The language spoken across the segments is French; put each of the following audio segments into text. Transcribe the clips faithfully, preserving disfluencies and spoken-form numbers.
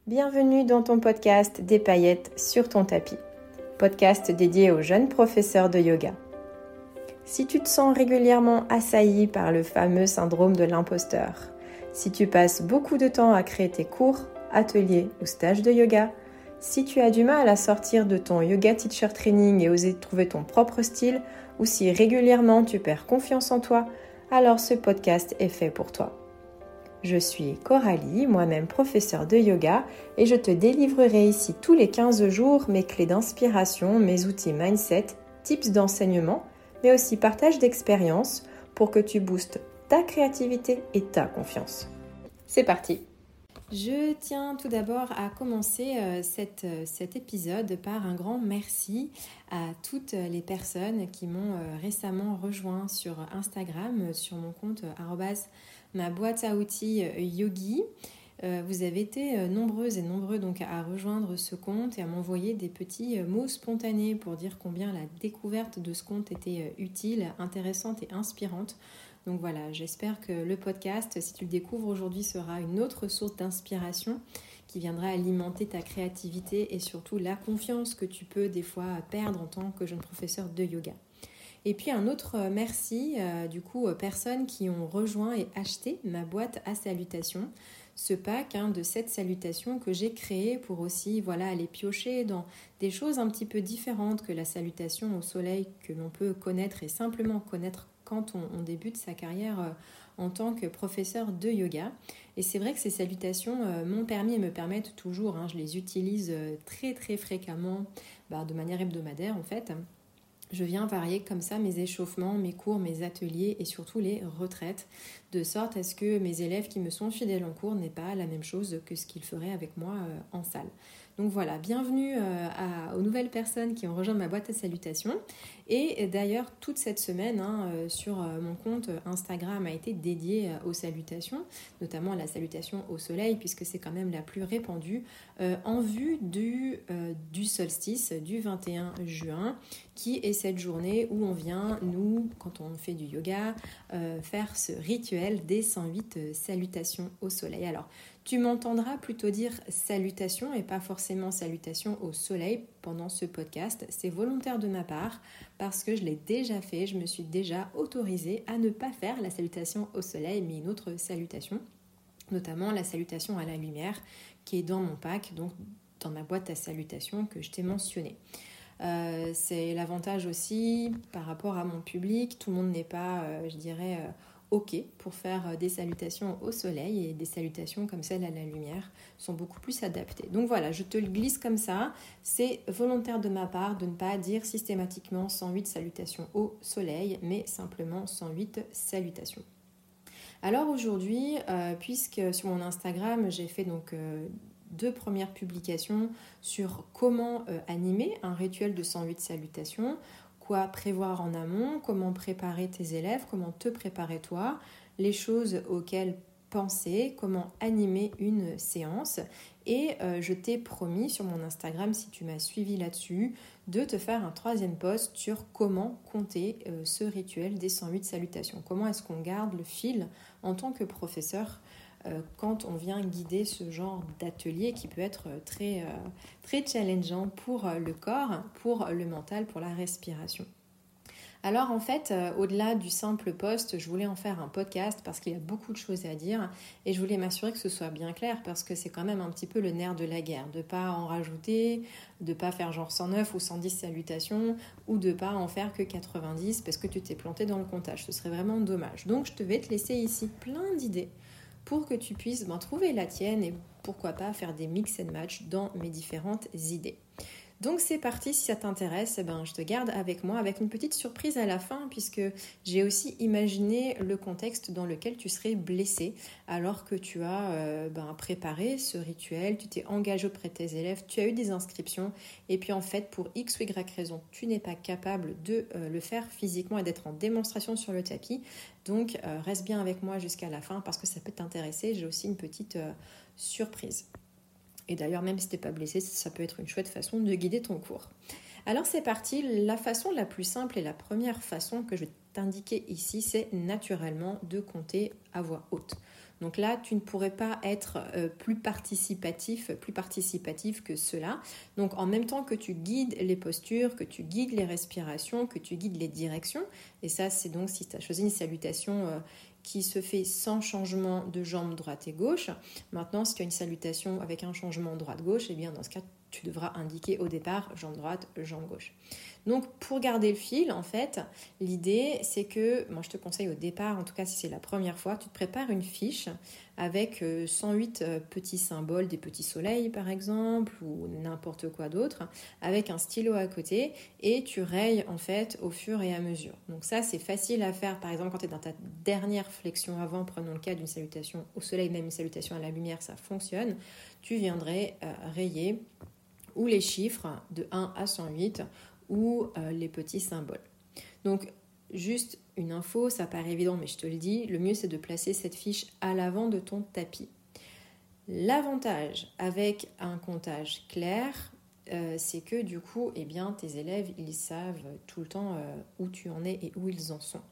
Bienvenue dans ton podcast Des paillettes sur ton tapis, podcast dédié aux jeunes professeurs de yoga. Si tu te sens régulièrement assailli par le fameux syndrome de l'imposteur, si tu passes beaucoup de temps à créer tes cours, ateliers ou stages de yoga, si tu as du mal à sortir de ton yoga teacher training et oser trouver ton propre style, ou si régulièrement tu perds confiance en toi, alors ce podcast est fait pour toi. Je suis Coralie, moi-même professeure de yoga, et je te délivrerai ici tous les quinze jours mes clés d'inspiration, mes outils mindset, tips d'enseignement, mais aussi partage d'expériences pour que tu boostes ta créativité et ta confiance. C'est parti! Je tiens tout d'abord à commencer euh, cette, euh, cet épisode par un grand merci à toutes les personnes qui m'ont euh, récemment rejoint sur Instagram, euh, sur mon compte euh, arobase ma boîte à outils euh, yogi. Euh, vous avez été euh, nombreuses et nombreux donc à rejoindre ce compte et à m'envoyer des petits euh, mots spontanés pour dire combien la découverte de ce compte était euh, utile, intéressante et inspirante. Donc voilà, j'espère que le podcast, si tu le découvres aujourd'hui, sera une autre source d'inspiration qui viendra alimenter ta créativité et surtout la confiance que tu peux des fois perdre en tant que jeune professeur de yoga. Et puis un autre merci, euh, du coup, aux personnes qui ont rejoint et acheté ma boîte à salutations, ce pack hein, de sept salutations que j'ai créé pour aussi voilà, aller piocher dans des choses un petit peu différentes que la salutation au soleil que l'on peut connaître et simplement connaître quand on, on débute sa carrière euh, en tant que professeur de yoga. Et c'est vrai que ces salutations euh, m'ont permis et me permettent toujours, hein, je les utilise euh, très très fréquemment, bah, de manière hebdomadaire en fait. Je viens varier comme ça mes échauffements, mes cours, mes ateliers et surtout les retraites, de sorte à ce que mes élèves qui me sont fidèles en cours n'aient pas la même chose que ce qu'ils feraient avec moi euh, en salle. Donc voilà, bienvenue euh, à, aux nouvelles personnes qui ont rejoint ma boîte à salutations. Et d'ailleurs, toute cette semaine, hein, euh, sur euh, mon compte Instagram a été dédiée euh, aux salutations, notamment à la salutation au soleil, puisque c'est quand même la plus répandue, euh, en vue du, euh, du solstice du vingt et un juin, qui est cette journée où on vient, nous, quand on fait du yoga, euh, faire ce rituel des cent huit euh, salutations au soleil. Alors, tu m'entendras plutôt dire salutations et pas forcément salutations au soleil pendant ce podcast. C'est volontaire de ma part parce que je l'ai déjà fait, je me suis déjà autorisée à ne pas faire la salutation au soleil, mais une autre salutation, notamment la salutation à la lumière qui est dans mon pack, donc dans ma boîte à salutations que je t'ai mentionnée. Euh, c'est l'avantage aussi par rapport à mon public, tout le monde n'est pas, euh, je dirais, euh, ok pour faire des salutations au soleil et des salutations comme celle à la lumière sont beaucoup plus adaptées. Donc voilà, je te le glisse comme ça, c'est volontaire de ma part de ne pas dire systématiquement cent huit salutations au soleil, mais simplement cent huit salutations. Alors aujourd'hui, euh, puisque sur mon Instagram, j'ai fait donc euh, deux premières publications sur comment euh, animer un rituel de cent huit salutations, quoi prévoir en amont, comment préparer tes élèves, comment te préparer toi, les choses auxquelles penser, comment animer une séance. Et euh, je t'ai promis sur mon Instagram, si tu m'as suivi là-dessus, de te faire un troisième post sur comment compter euh, ce rituel des cent huit salutations. Comment est-ce qu'on garde le fil en tant que professeur euh, quand on vient guider ce genre d'atelier qui peut être très, euh, très challengeant pour le corps, pour le mental, pour la respiration. Alors en fait, euh, au-delà du simple post, je voulais en faire un podcast parce qu'il y a beaucoup de choses à dire et je voulais m'assurer que ce soit bien clair parce que c'est quand même un petit peu le nerf de la guerre, de ne pas en rajouter, de ne pas faire genre cent neuf ou cent dix salutations ou de ne pas en faire que quatre-vingt-dix parce que tu t'es planté dans le comptage. Ce serait vraiment dommage. Donc je te vais te laisser ici plein d'idées pour que tu puisses ben, trouver la tienne et pourquoi pas faire des mix and match dans mes différentes idées. Donc c'est parti, si ça t'intéresse, eh ben, je te garde avec moi avec une petite surprise à la fin puisque j'ai aussi imaginé le contexte dans lequel tu serais blessé alors que tu as euh, ben, préparé ce rituel, tu t'es engagé auprès de tes élèves, tu as eu des inscriptions et puis en fait pour X ou Y raison, tu n'es pas capable de euh, le faire physiquement et d'être en démonstration sur le tapis. Donc euh, reste bien avec moi jusqu'à la fin parce que ça peut t'intéresser, j'ai aussi une petite euh, surprise. Et d'ailleurs, même si tu n'es pas blessé, ça peut être une chouette façon de guider ton cours. Alors c'est parti, la façon la plus simple et la première façon que je vais t'indiquer ici, c'est naturellement de compter à voix haute. Donc là, tu ne pourrais pas être euh, plus participatif, plus participatif que cela. Donc en même temps que tu guides les postures, que tu guides les respirations, que tu guides les directions, et ça c'est donc si tu as choisi une salutation euh, qui se fait sans changement de jambe droite et gauche. Maintenant, si tu as une salutation avec un changement droite-gauche, eh bien dans ce cas, tu devras indiquer au départ jambe droite, jambe gauche. Donc pour garder le fil, en fait, l'idée c'est que, moi je te conseille au départ, en tout cas si c'est la première fois, tu te prépares une fiche avec cent huit petits symboles, des petits soleils par exemple, ou n'importe quoi d'autre, avec un stylo à côté, et tu rayes en fait au fur et à mesure. Donc ça c'est facile à faire, par exemple quand tu es dans ta dernière flexion avant, prenons le cas d'une salutation au soleil, même une salutation à la lumière, ça fonctionne, tu viendrais euh, rayer ou les chiffres de un à cent huit ou euh, les petits symboles. Donc, juste une info, ça paraît évident, mais je te le dis, le mieux c'est de placer cette fiche à l'avant de ton tapis. L'avantage avec un comptage clair, euh, c'est que du coup, eh bien, tes élèves, ils savent tout le temps euh, où tu en es et où ils en sont.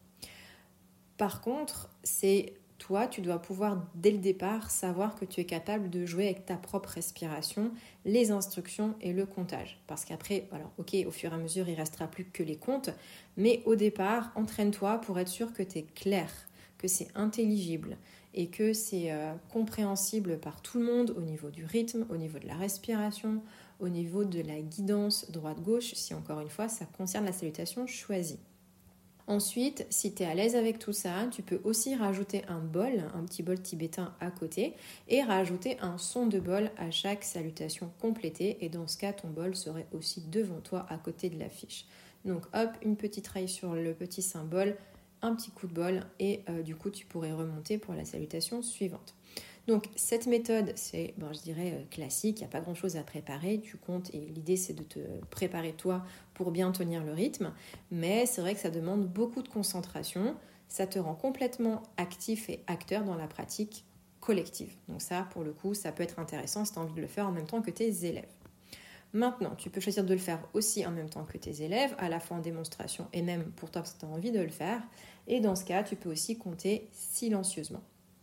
Par contre, c'est toi, tu dois pouvoir dès le départ savoir que tu es capable de jouer avec ta propre respiration, les instructions et le comptage. Parce qu'après, alors ok, au fur et à mesure, il ne restera plus que les comptes, mais au départ, entraîne-toi pour être sûr que tu es clair, que c'est intelligible et que c'est euh, compréhensible par tout le monde au niveau du rythme, au niveau de la respiration, au niveau de la guidance droite-gauche, si encore une fois, ça concerne la salutation choisie. Ensuite, si tu es à l'aise avec tout ça, tu peux aussi rajouter un bol, un petit bol tibétain à côté et rajouter un son de bol à chaque salutation complétée. Et dans ce cas, ton bol serait aussi devant toi à côté de la fiche. Donc hop, une petite raille sur le petit symbole, un petit coup de bol et euh, du coup, tu pourrais remonter pour la salutation suivante. Donc cette méthode, c'est, bon, je dirais, euh, classique, il n'y a pas grand-chose à préparer, tu comptes et l'idée c'est de te préparer toi pour bien tenir le rythme, mais c'est vrai que ça demande beaucoup de concentration, ça te rend complètement actif et acteur dans la pratique collective. Donc ça, pour le coup, ça peut être intéressant si tu as envie de le faire en même temps que tes élèves. Maintenant, tu peux choisir de le faire aussi en même temps que tes élèves, à la fois en démonstration et même pour toi si tu as envie de le faire, et dans ce cas, tu peux aussi compter silencieusement.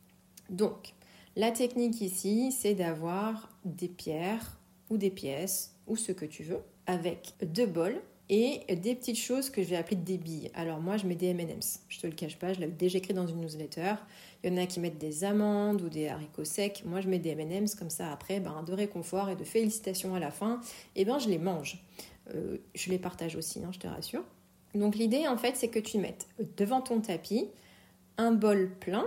Donc, la technique ici, c'est d'avoir des pierres ou des pièces ou ce que tu veux avec deux bols et des petites choses que je vais appeler des billes. Alors moi, je mets des M and M's. Je te le cache pas, je l'avais déjà écrit dans une newsletter. Il y en a qui mettent des amandes ou des haricots secs. Moi, je mets des M and M's comme ça après, ben, de réconfort et de félicitations à la fin. Et ben, je les mange. Euh, je les partage aussi, hein, je te rassure. Donc l'idée, en fait, c'est que tu mettes devant ton tapis un bol plein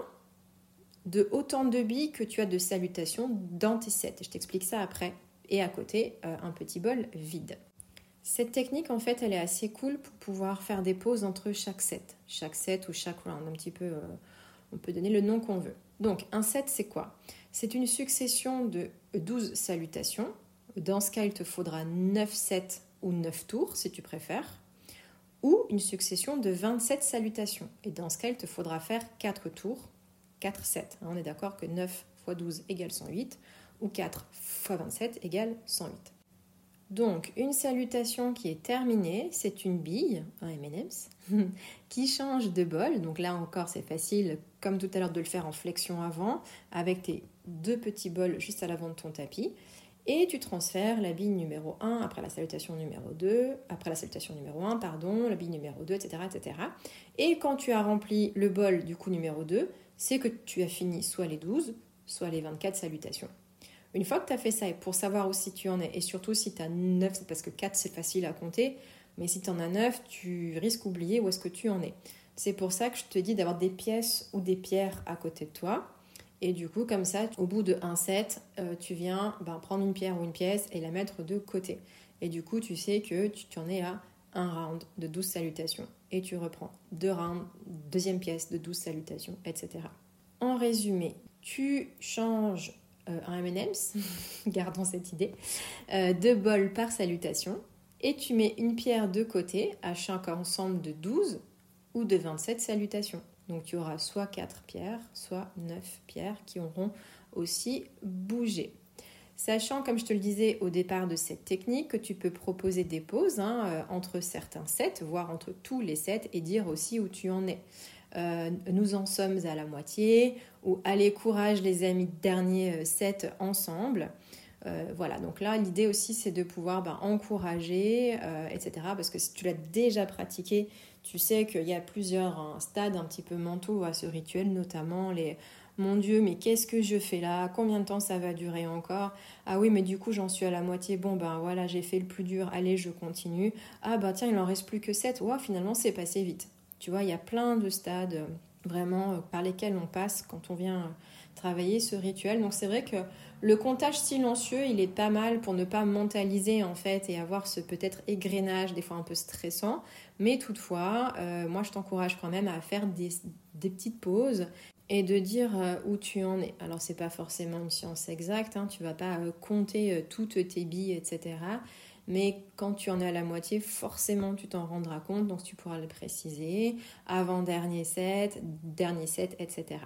de autant de billes que tu as de salutations dans tes sets. Je t'explique ça après. Et à côté, euh, un petit bol vide. Cette technique, en fait, elle est assez cool pour pouvoir faire des pauses entre chaque set. Chaque set ou chaque round, un petit peu, euh, on peut donner le nom qu'on veut. Donc, un set, c'est quoi ? C'est une succession de douze salutations. Dans ce cas, il te faudra neuf sets ou neuf tours, si tu préfères. Ou une succession de vingt-sept salutations. Et dans ce cas, il te faudra faire quatre tours, quatre sets. On est d'accord que neuf fois douze égale cent huit, ou quatre fois vingt-sept égale cent huit. Donc, une salutation qui est terminée, c'est une bille, un M and M's, qui change de bol. Donc là encore, c'est facile, comme tout à l'heure, de le faire en flexion avant, avec tes deux petits bols juste à l'avant de ton tapis. Et tu transfères la bille numéro un après la salutation numéro deux, après la salutation numéro un, pardon, la bille numéro deux, et cetera, et cetera. Et quand tu as rempli le bol du coup numéro deux, c'est que tu as fini soit les douze, soit les vingt-quatre salutations. Une fois que tu as fait ça, et pour savoir où si tu en es, et surtout si tu as neuf, parce que quatre c'est facile à compter, mais si tu en as neuf, tu risques d'oublier où est-ce que tu en es. C'est pour ça que je te dis d'avoir des pièces ou des pierres à côté de toi. Et du coup, comme ça, au bout de un set, euh, tu viens ben, prendre une pierre ou une pièce et la mettre de côté. Et du coup, tu sais que tu, tu en es à un round de douze salutations. Et tu reprends deux rounds, deuxième pièce de douze salutations, et cetera. En résumé, tu changes euh, un M and M's, gardons cette idée, euh, deux bols par salutation. Et tu mets une pierre de côté à chaque ensemble de douze ou de vingt-sept salutations. Donc tu auras soit quatre pierres, soit neuf pierres qui auront aussi bougé. Sachant, comme je te le disais au départ de cette technique, que tu peux proposer des pauses hein, euh, entre certains sets, voire entre tous les sets, et dire aussi où tu en es. euh, nous en sommes à la moitié, ou allez courage les amis, dernier set ensemble. Euh, voilà, donc là l'idée aussi c'est de pouvoir ben, encourager, euh, et cetera. Parce que si tu l'as déjà pratiqué, tu sais qu'il y a plusieurs hein, stades un petit peu mentaux à ce rituel, notamment les « Mon Dieu, mais qu'est-ce que je fais là? Combien de temps ça va durer encore? Ah oui, mais du coup j'en suis à la moitié, bon ben voilà, j'ai fait le plus dur, allez je continue. Ah ben tiens, il en reste plus que sept, wow, finalement c'est passé vite. » Tu vois, il y a plein de stades euh, vraiment euh, par lesquels on passe quand on vient euh, travailler ce rituel. Donc c'est vrai que le comptage silencieux, il est pas mal pour ne pas mentaliser en fait et avoir ce peut-être égrenage des fois un peu stressant. Mais toutefois, euh, moi je t'encourage quand même à faire des, des petites pauses et de dire euh, où tu en es. Alors c'est pas forcément une science exacte, hein, tu vas pas euh, compter euh, toutes tes billes, et cetera. Mais quand tu en es à la moitié, forcément tu t'en rendras compte, donc tu pourras le préciser. Avant-dernier set, dernier set, et cetera.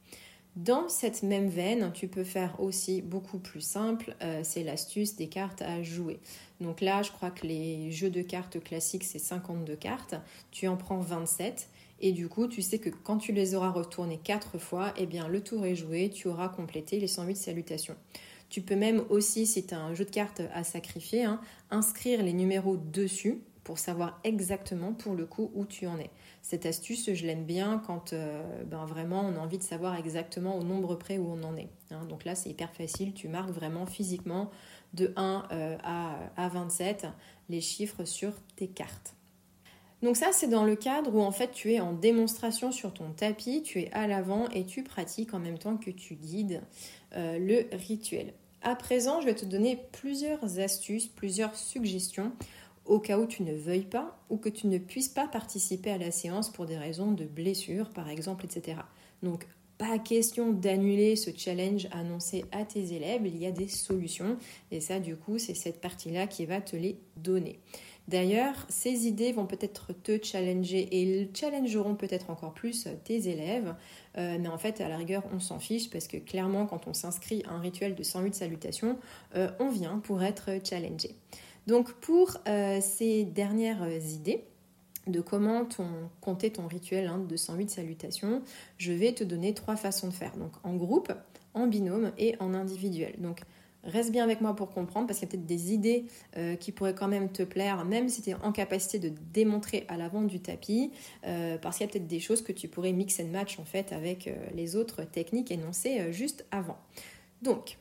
Dans cette même veine, tu peux faire aussi beaucoup plus simple, euh, c'est l'astuce des cartes à jouer. Donc là, je crois que les jeux de cartes classiques, c'est cinquante-deux cartes. Tu en prends vingt-sept et du coup, tu sais que quand tu les auras retournées quatre fois, eh bien, le tour est joué, tu auras complété les cent huit salutations. Tu peux même aussi, si tu as un jeu de cartes à sacrifier, hein, inscrire les numéros dessus pour savoir exactement pour le coup où tu en es. Cette astuce, je l'aime bien quand euh, ben vraiment on a envie de savoir exactement au nombre près où on en est. Hein. Donc là, c'est hyper facile, tu marques vraiment physiquement de un euh, à, à vingt-sept les chiffres sur tes cartes. Donc ça, c'est dans le cadre où en fait tu es en démonstration sur ton tapis, tu es à l'avant et tu pratiques en même temps que tu guides euh, le rituel. À présent, je vais te donner plusieurs astuces, plusieurs suggestions au cas où tu ne veuilles pas ou que tu ne puisses pas participer à la séance pour des raisons de blessure, par exemple, et cetera. Donc, pas question d'annuler ce challenge annoncé à tes élèves, il y a des solutions et ça, du coup, c'est cette partie-là qui va te les donner. D'ailleurs, ces idées vont peut-être te challenger et challengeront peut-être encore plus tes élèves, euh, mais en fait, à la rigueur, on s'en fiche parce que clairement, quand on s'inscrit à un rituel de cent huit salutations, euh, on vient pour être challengé. Donc pour euh, ces dernières idées de comment ton, compter ton rituel hein, de cent huit salutations, je vais te donner trois façons de faire. Donc en groupe, en binôme et en individuel. Donc reste bien avec moi pour comprendre parce qu'il y a peut-être des idées euh, qui pourraient quand même te plaire, même si tu es en capacité de démontrer à l'avant du tapis, euh, parce qu'il y a peut-être des choses que tu pourrais mix and match en fait avec euh, les autres techniques énoncées euh, juste avant. Donc,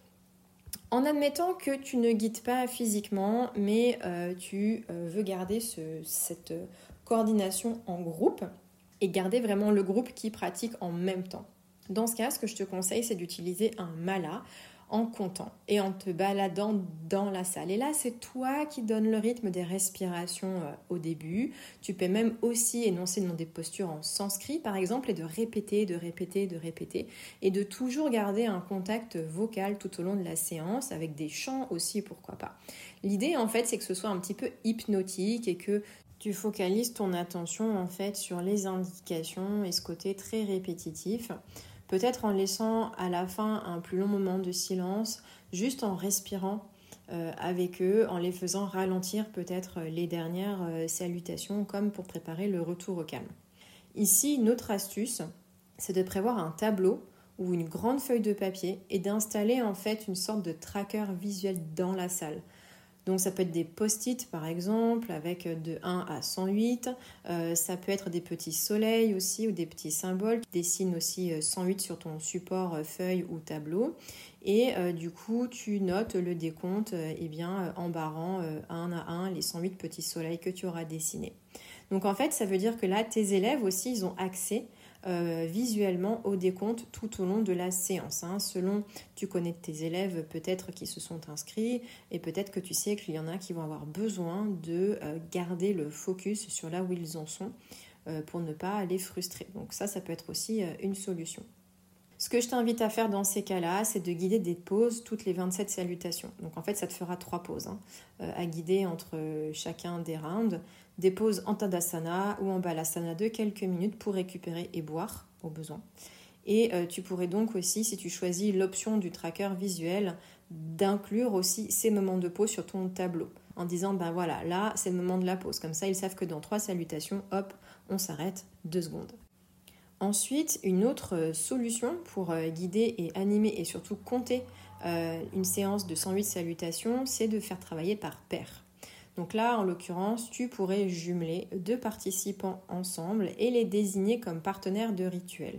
en admettant que tu ne guides pas physiquement, mais euh, tu euh, veux garder ce, cette coordination en groupe et garder vraiment le groupe qui pratique en même temps. Dans ce cas, ce que je te conseille, c'est d'utiliser un mala en comptant et en te baladant dans la salle. Et là, c'est toi qui donnes le rythme des respirations euh, au début. Tu peux même aussi énoncer dans des postures en sanskrit, par exemple, et de répéter, de répéter, de répéter, et de toujours garder un contact vocal tout au long de la séance, avec des chants aussi, pourquoi pas. L'idée, en fait, c'est que ce soit un petit peu hypnotique et que tu focalises ton attention, en fait, sur les indications et ce côté très répétitif. Peut-être en laissant à la fin un plus long moment de silence, juste en respirant euh, avec eux, en les faisant ralentir peut-être les dernières euh, salutations, comme pour préparer le retour au calme. Ici, une autre astuce, c'est de prévoir un tableau ou une grande feuille de papier et d'installer en fait une sorte de tracker visuel dans la salle. Donc ça peut être des post-it par exemple avec de un à cent huit, euh, ça peut être des petits soleils aussi ou des petits symboles qui dessinent aussi cent huit sur ton support feuille ou tableau et euh, du coup tu notes le décompte euh, eh bien, en barrant euh, un à un les cent huit petits soleils que tu auras dessinés. Donc en fait ça veut dire que là tes élèves aussi ils ont accès Euh, visuellement au décompte tout au long de la séance. Hein. Selon, tu connais tes élèves peut-être qui se sont inscrits et peut-être que tu sais qu'il y en a qui vont avoir besoin de euh, garder le focus sur là où ils en sont euh, pour ne pas les frustrer. Donc ça, ça peut être aussi euh, une solution. Ce que je t'invite à faire dans ces cas-là, c'est de guider des pauses toutes les vingt-sept salutations. Donc en fait, ça te fera trois pauses hein, euh, à guider entre chacun des rounds. Des pauses en Tadasana ou en Balasana de quelques minutes pour récupérer et boire au besoin. Et euh, tu pourrais donc aussi, si tu choisis l'option du tracker visuel, d'inclure aussi ces moments de pause sur ton tableau. En disant, ben voilà, là, c'est le moment de la pause. Comme ça, ils savent que dans trois salutations, hop, on s'arrête deux secondes. Ensuite, une autre solution pour guider et animer et surtout compter euh, une séance de cent huit salutations, c'est de faire travailler par paire. Donc là, en l'occurrence, tu pourrais jumeler deux participants ensemble et les désigner comme partenaires de rituel.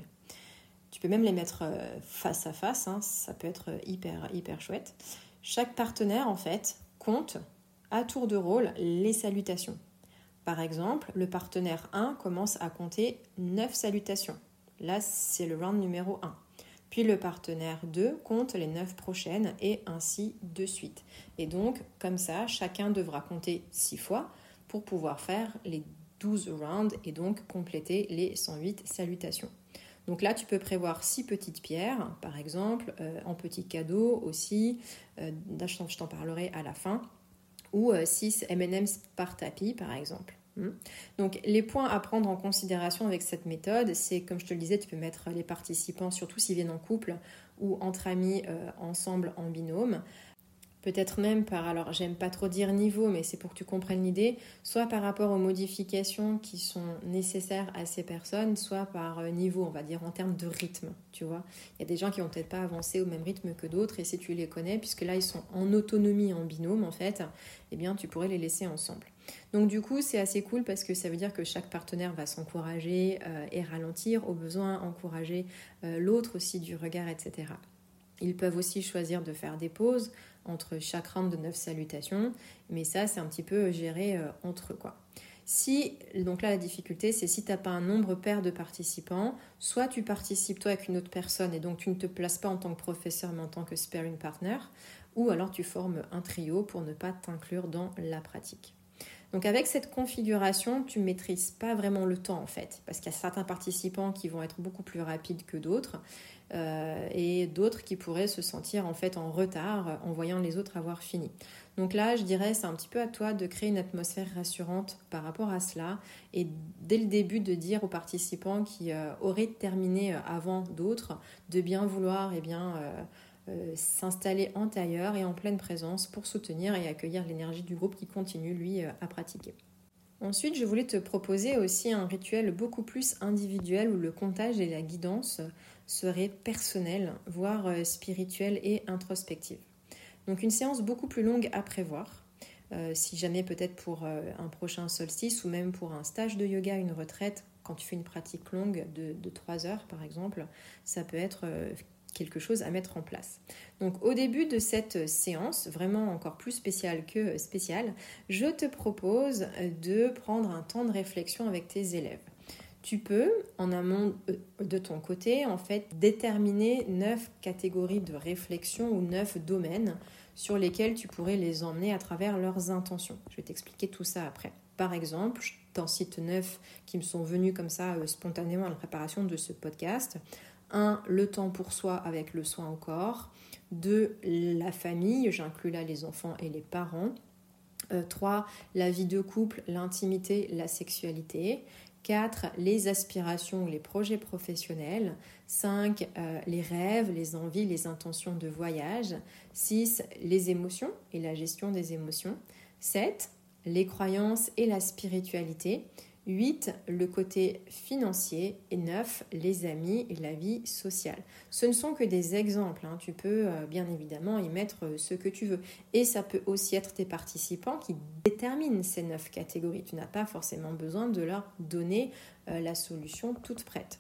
Tu peux même les mettre face à face, hein, ça peut être hyper, hyper chouette. Chaque partenaire, en fait, compte à tour de rôle les salutations. Par exemple, le partenaire un commence à compter neuf salutations. Là, c'est le round numéro un. Puis le partenaire deux compte les neuf prochaines et ainsi de suite. Et donc, comme ça, chacun devra compter six fois pour pouvoir faire les douze rounds et donc compléter les cent huit salutations. Donc là, tu peux prévoir six petites pierres, par exemple, euh, en petits cadeaux aussi. Euh, là, je t'en parlerai à la fin. Ou six M and M's par tapis, par exemple. Donc, les points à prendre en considération avec cette méthode, c'est, comme je te le disais, tu peux mettre les participants, surtout s'ils viennent en couple ou entre amis, euh, ensemble en binôme. Peut-être même par, alors j'aime pas trop dire niveau, mais c'est pour que tu comprennes l'idée, soit par rapport aux modifications qui sont nécessaires à ces personnes, soit par niveau, on va dire en termes de rythme, tu vois. Il y a des gens qui vont peut-être pas avancer au même rythme que d'autres, et si tu les connais, puisque là ils sont en autonomie, en binôme en fait, eh bien tu pourrais les laisser ensemble. Donc du coup c'est assez cool parce que ça veut dire que chaque partenaire va s'encourager euh, et ralentir, au besoin encourager euh, l'autre aussi du regard, et cetera. Ils peuvent aussi choisir de faire des pauses entre chaque round de neuf salutations, mais ça, c'est un petit peu géré euh, entre eux, quoi. Si, donc là, la difficulté, c'est si tu n'as pas un nombre pair de participants, soit tu participes toi avec une autre personne et donc tu ne te places pas en tant que professeur, mais en tant que sparring partner, ou alors tu formes un trio pour ne pas t'inclure dans la pratique. Donc avec cette configuration, tu ne maîtrises pas vraiment le temps en fait, parce qu'il y a certains participants qui vont être beaucoup plus rapides que d'autres, euh, et d'autres qui pourraient se sentir en fait en retard en voyant les autres avoir fini. Donc là, je dirais, c'est un petit peu à toi de créer une atmosphère rassurante par rapport à cela, et dès le début de dire aux participants qui euh, auraient terminé avant d'autres, de bien vouloir et eh bien... Euh, Euh, s'installer en tailleur et en pleine présence pour soutenir et accueillir l'énergie du groupe qui continue lui euh, à pratiquer. Ensuite, je voulais te proposer aussi un rituel beaucoup plus individuel où le comptage et la guidance seraient personnels, voire euh, spirituels et introspectifs. Donc une séance beaucoup plus longue à prévoir. Euh, si jamais peut-être pour euh, un prochain solstice ou même pour un stage de yoga, une retraite, quand tu fais une pratique longue de, de trois heures par exemple, ça peut être euh, quelque chose à mettre en place. Donc au début de cette séance, vraiment encore plus spéciale que spéciale, je te propose de prendre un temps de réflexion avec tes élèves. Tu peux, en amont de ton côté, en fait, déterminer neuf catégories de réflexion ou neuf domaines sur lesquels tu pourrais les emmener à travers leurs intentions. Je vais t'expliquer tout ça après. Par exemple, je t'en cite neuf qui me sont venus comme ça euh, spontanément à la préparation de ce podcast. un. Le temps pour soi avec le soin au corps. deux. La famille, j'inclus là les enfants et les parents. Euh, trois. La vie de couple, l'intimité, la sexualité. quatre. Les aspirations ou les projets professionnels. cinq. Euh, les rêves, les envies, les intentions de voyage. six. Les émotions et la gestion des émotions. sept. Les croyances et la spiritualité. huit. Le côté financier. Et neuf. Les amis et la vie sociale. Ce ne sont que des exemples, hein. Tu peux euh, bien évidemment y mettre euh, ce que tu veux. Et ça peut aussi être tes participants qui déterminent ces neuf catégories. Tu n'as pas forcément besoin de leur donner euh, la solution toute prête.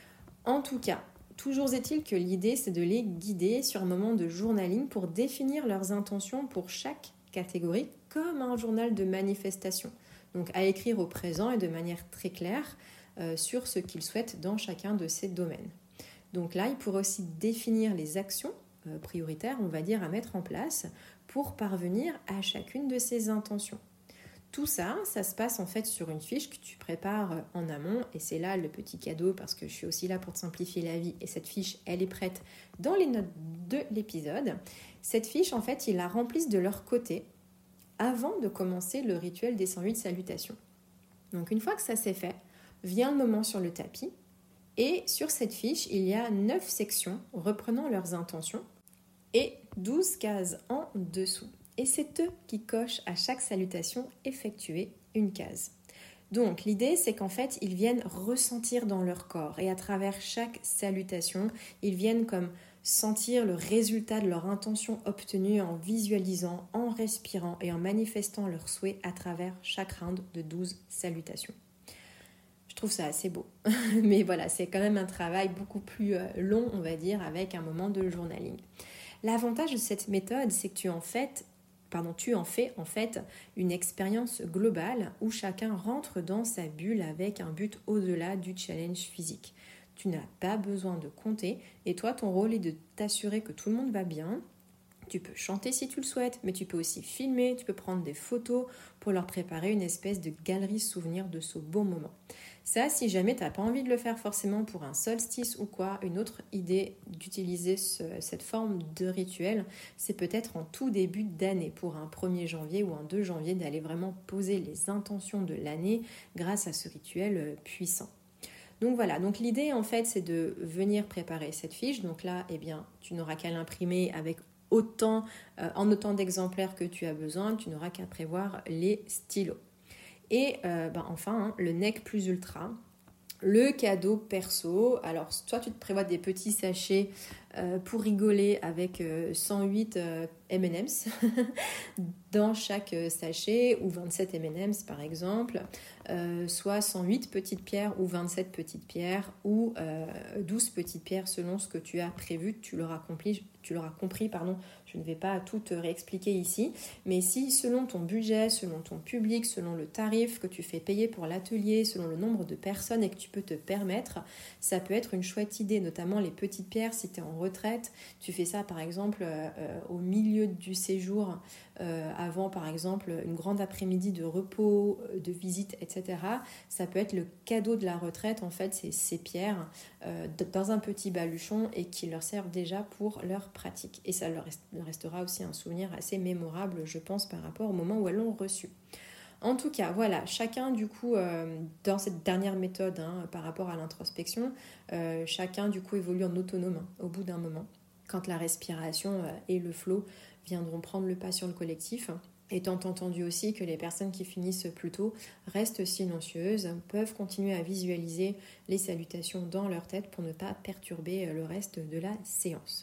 En tout cas, toujours est-il que l'idée, c'est de les guider sur un moment de journaling pour définir leurs intentions pour chaque catégorie, comme un journal de manifestation. Donc à écrire au présent et de manière très claire euh, sur ce qu'ils souhaitent dans chacun de ces domaines. Donc là, ils pourraient aussi définir les actions euh, prioritaires, on va dire, à mettre en place pour parvenir à chacune de ces intentions. Tout ça, ça se passe en fait sur une fiche que tu prépares en amont, et c'est là le petit cadeau parce que je suis aussi là pour te simplifier la vie, et cette fiche, elle est prête dans les notes de l'épisode. Cette fiche, en fait, ils la remplissent de leur côté avant de commencer le rituel des cent huit salutations. Donc une fois que ça c'est fait, vient le moment sur le tapis, et sur cette fiche, il y a neuf sections reprenant leurs intentions et douze cases en dessous. Et c'est eux qui cochent à chaque salutation effectuée une case. Donc l'idée c'est qu'en fait ils viennent ressentir dans leur corps et à travers chaque salutation, ils viennent comme sentir le résultat de leur intention obtenue en visualisant, en respirant et en manifestant leurs souhaits à travers chaque round de douze salutations. Je trouve ça assez beau, mais voilà, c'est quand même un travail beaucoup plus long, on va dire, avec un moment de journaling. L'avantage de cette méthode, c'est que tu en fais Pardon, tu en fais en fait une expérience globale où chacun rentre dans sa bulle avec un but au-delà du challenge physique. Tu n'as pas besoin de compter et toi ton rôle est de t'assurer que tout le monde va bien. Tu peux chanter si tu le souhaites, mais tu peux aussi filmer, tu peux prendre des photos pour leur préparer une espèce de galerie souvenir de ce beau moment. Ça, si jamais tu n'as pas envie de le faire forcément pour un solstice ou quoi, une autre idée d'utiliser ce, cette forme de rituel, c'est peut-être en tout début d'année, pour un premier janvier ou un deux janvier, d'aller vraiment poser les intentions de l'année grâce à ce rituel puissant. Donc voilà, donc l'idée en fait c'est de venir préparer cette fiche. Donc là, eh bien, tu n'auras qu'à l'imprimer avec autant, euh, en autant d'exemplaires que tu as besoin, tu n'auras qu'à prévoir les stylos. Et euh, ben enfin, hein, le nec plus ultra, le cadeau perso. Alors, toi, tu te prévois des petits sachets euh, pour rigoler avec euh, cent huit euh, M and M's dans chaque sachet, ou vingt-sept M and M's par exemple, euh, soit cent huit petites pierres ou vingt-sept petites pierres, ou euh, douze petites pierres selon ce que tu as prévu. Tu l'auras compris, tu l'auras compris, pardon, je ne vais pas tout te réexpliquer ici, mais si selon ton budget, selon ton public, selon le tarif que tu fais payer pour l'atelier, selon le nombre de personnes et que tu peux te permettre, ça peut être une chouette idée, notamment les petites pierres si tu es en retraite. Tu fais ça par exemple euh, au milieu du séjour, euh, avant par exemple une grande après-midi de repos, de visite, et cetera. Ça peut être le cadeau de la retraite, en fait, c'est ces pierres euh, dans un petit baluchon et qui leur servent déjà pour leur pratique. Et ça leur restera aussi un souvenir assez mémorable, je pense, par rapport au moment où elles l'ont reçu. En tout cas, voilà, chacun du coup, euh, dans cette dernière méthode hein, par rapport à l'introspection, euh, chacun du coup évolue en autonome hein, au bout d'un moment, quand la respiration euh, et le flow viendront prendre le pas sur le collectif. Étant entendu aussi que les personnes qui finissent plus tôt restent silencieuses, peuvent continuer à visualiser les salutations dans leur tête pour ne pas perturber le reste de la séance.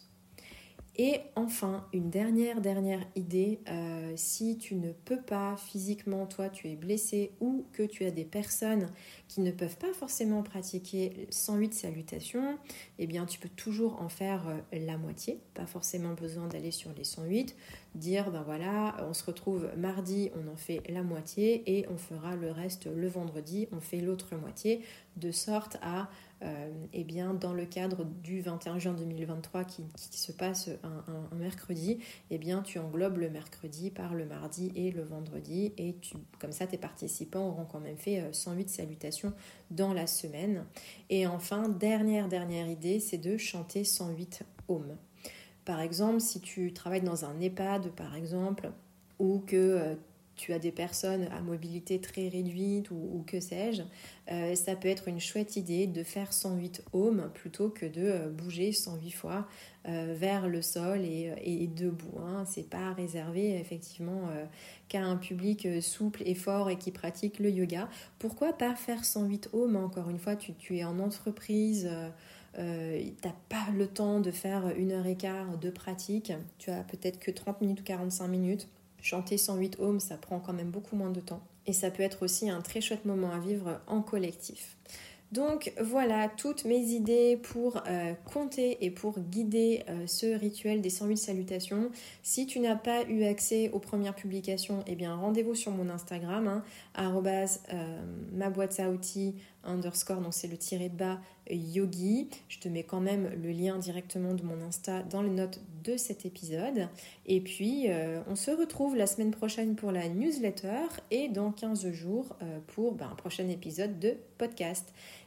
Et enfin, une dernière, dernière idée, euh, si tu ne peux pas physiquement, toi tu es blessé ou que tu as des personnes qui ne peuvent pas forcément pratiquer cent huit salutations, eh bien tu peux toujours en faire euh, la moitié, pas forcément besoin d'aller sur les cent huit, dire ben voilà, on se retrouve mardi, on en fait la moitié et on fera le reste le vendredi, on fait l'autre moitié, de sorte à, euh, eh bien dans le cadre du vingt et un juin deux mille vingt-trois qui, qui se passe un, un, un mercredi, eh bien tu englobes le mercredi par le mardi et le vendredi et tu, comme ça tes participants auront quand même fait cent huit salutations dans la semaine. Et enfin, dernière dernière idée, c'est de chanter cent huit ohms. Par exemple, si tu travailles dans un EHPAD par exemple, ou que euh, tu as des personnes à mobilité très réduite ou, ou que sais-je, euh, ça peut être une chouette idée de faire cent huit ohms plutôt que de euh, bouger cent huit fois euh, vers le sol et, et, et debout. Hein. C'est pas réservé effectivement euh, qu'à un public souple et fort et qui pratique le yoga. Pourquoi pas faire cent huit ohms? Encore une fois, tu, tu es en entreprise, euh, euh, t'as pas le temps de faire une heure et quart de pratique, tu as peut-être que trente minutes ou quarante-cinq minutes. Chanter cent huit ohms, ça prend quand même beaucoup moins de temps. Et ça peut être aussi un très chouette moment à vivre en collectif. Donc voilà toutes mes idées pour euh, compter et pour guider euh, ce rituel des cent huit salutations. Si tu n'as pas eu accès aux premières publications, eh bien rendez-vous sur mon Instagram, hein, arrobase euh, ma boîte à outils underscore, donc c'est le tiré de bas yogi. Je te mets quand même le lien directement de mon Insta dans les notes de cet épisode. Et puis euh, on se retrouve la semaine prochaine pour la newsletter et dans quinze jours euh, pour ben, un prochain épisode de podcast.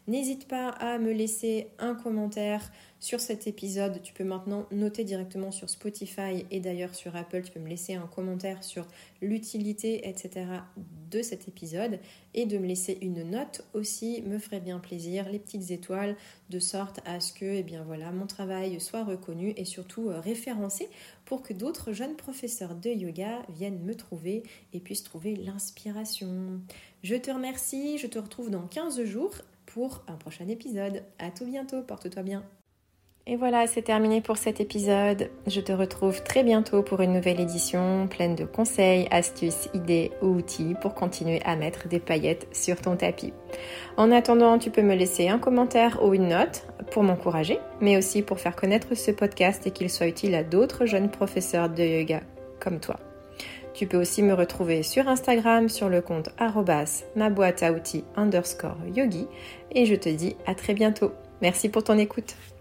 N'hésite pas à me laisser un commentaire sur cet épisode. Tu peux maintenant noter directement sur Spotify et d'ailleurs sur Apple. Tu peux me laisser un commentaire sur l'utilité, et cetera de cet épisode. Et de me laisser une note aussi me ferait bien plaisir. Les petites étoiles, de sorte à ce que eh bien voilà, mon travail soit reconnu et surtout euh, référencé pour que d'autres jeunes professeurs de yoga viennent me trouver et puissent trouver l'inspiration. Je te remercie. Je te retrouve dans quinze jours pour un prochain épisode. À tout bientôt, porte-toi bien. Et voilà, c'est terminé pour cet épisode. Je te retrouve très bientôt pour une nouvelle édition pleine de conseils, astuces, idées ou outils pour continuer à mettre des paillettes sur ton tapis. En attendant, tu peux me laisser un commentaire ou une note pour m'encourager, mais aussi pour faire connaître ce podcast et qu'il soit utile à d'autres jeunes professeurs de yoga comme toi. Tu peux aussi me retrouver sur Instagram sur le compte arobase ma boîte à outils underscore yogi et je te dis à très bientôt. Merci pour ton écoute.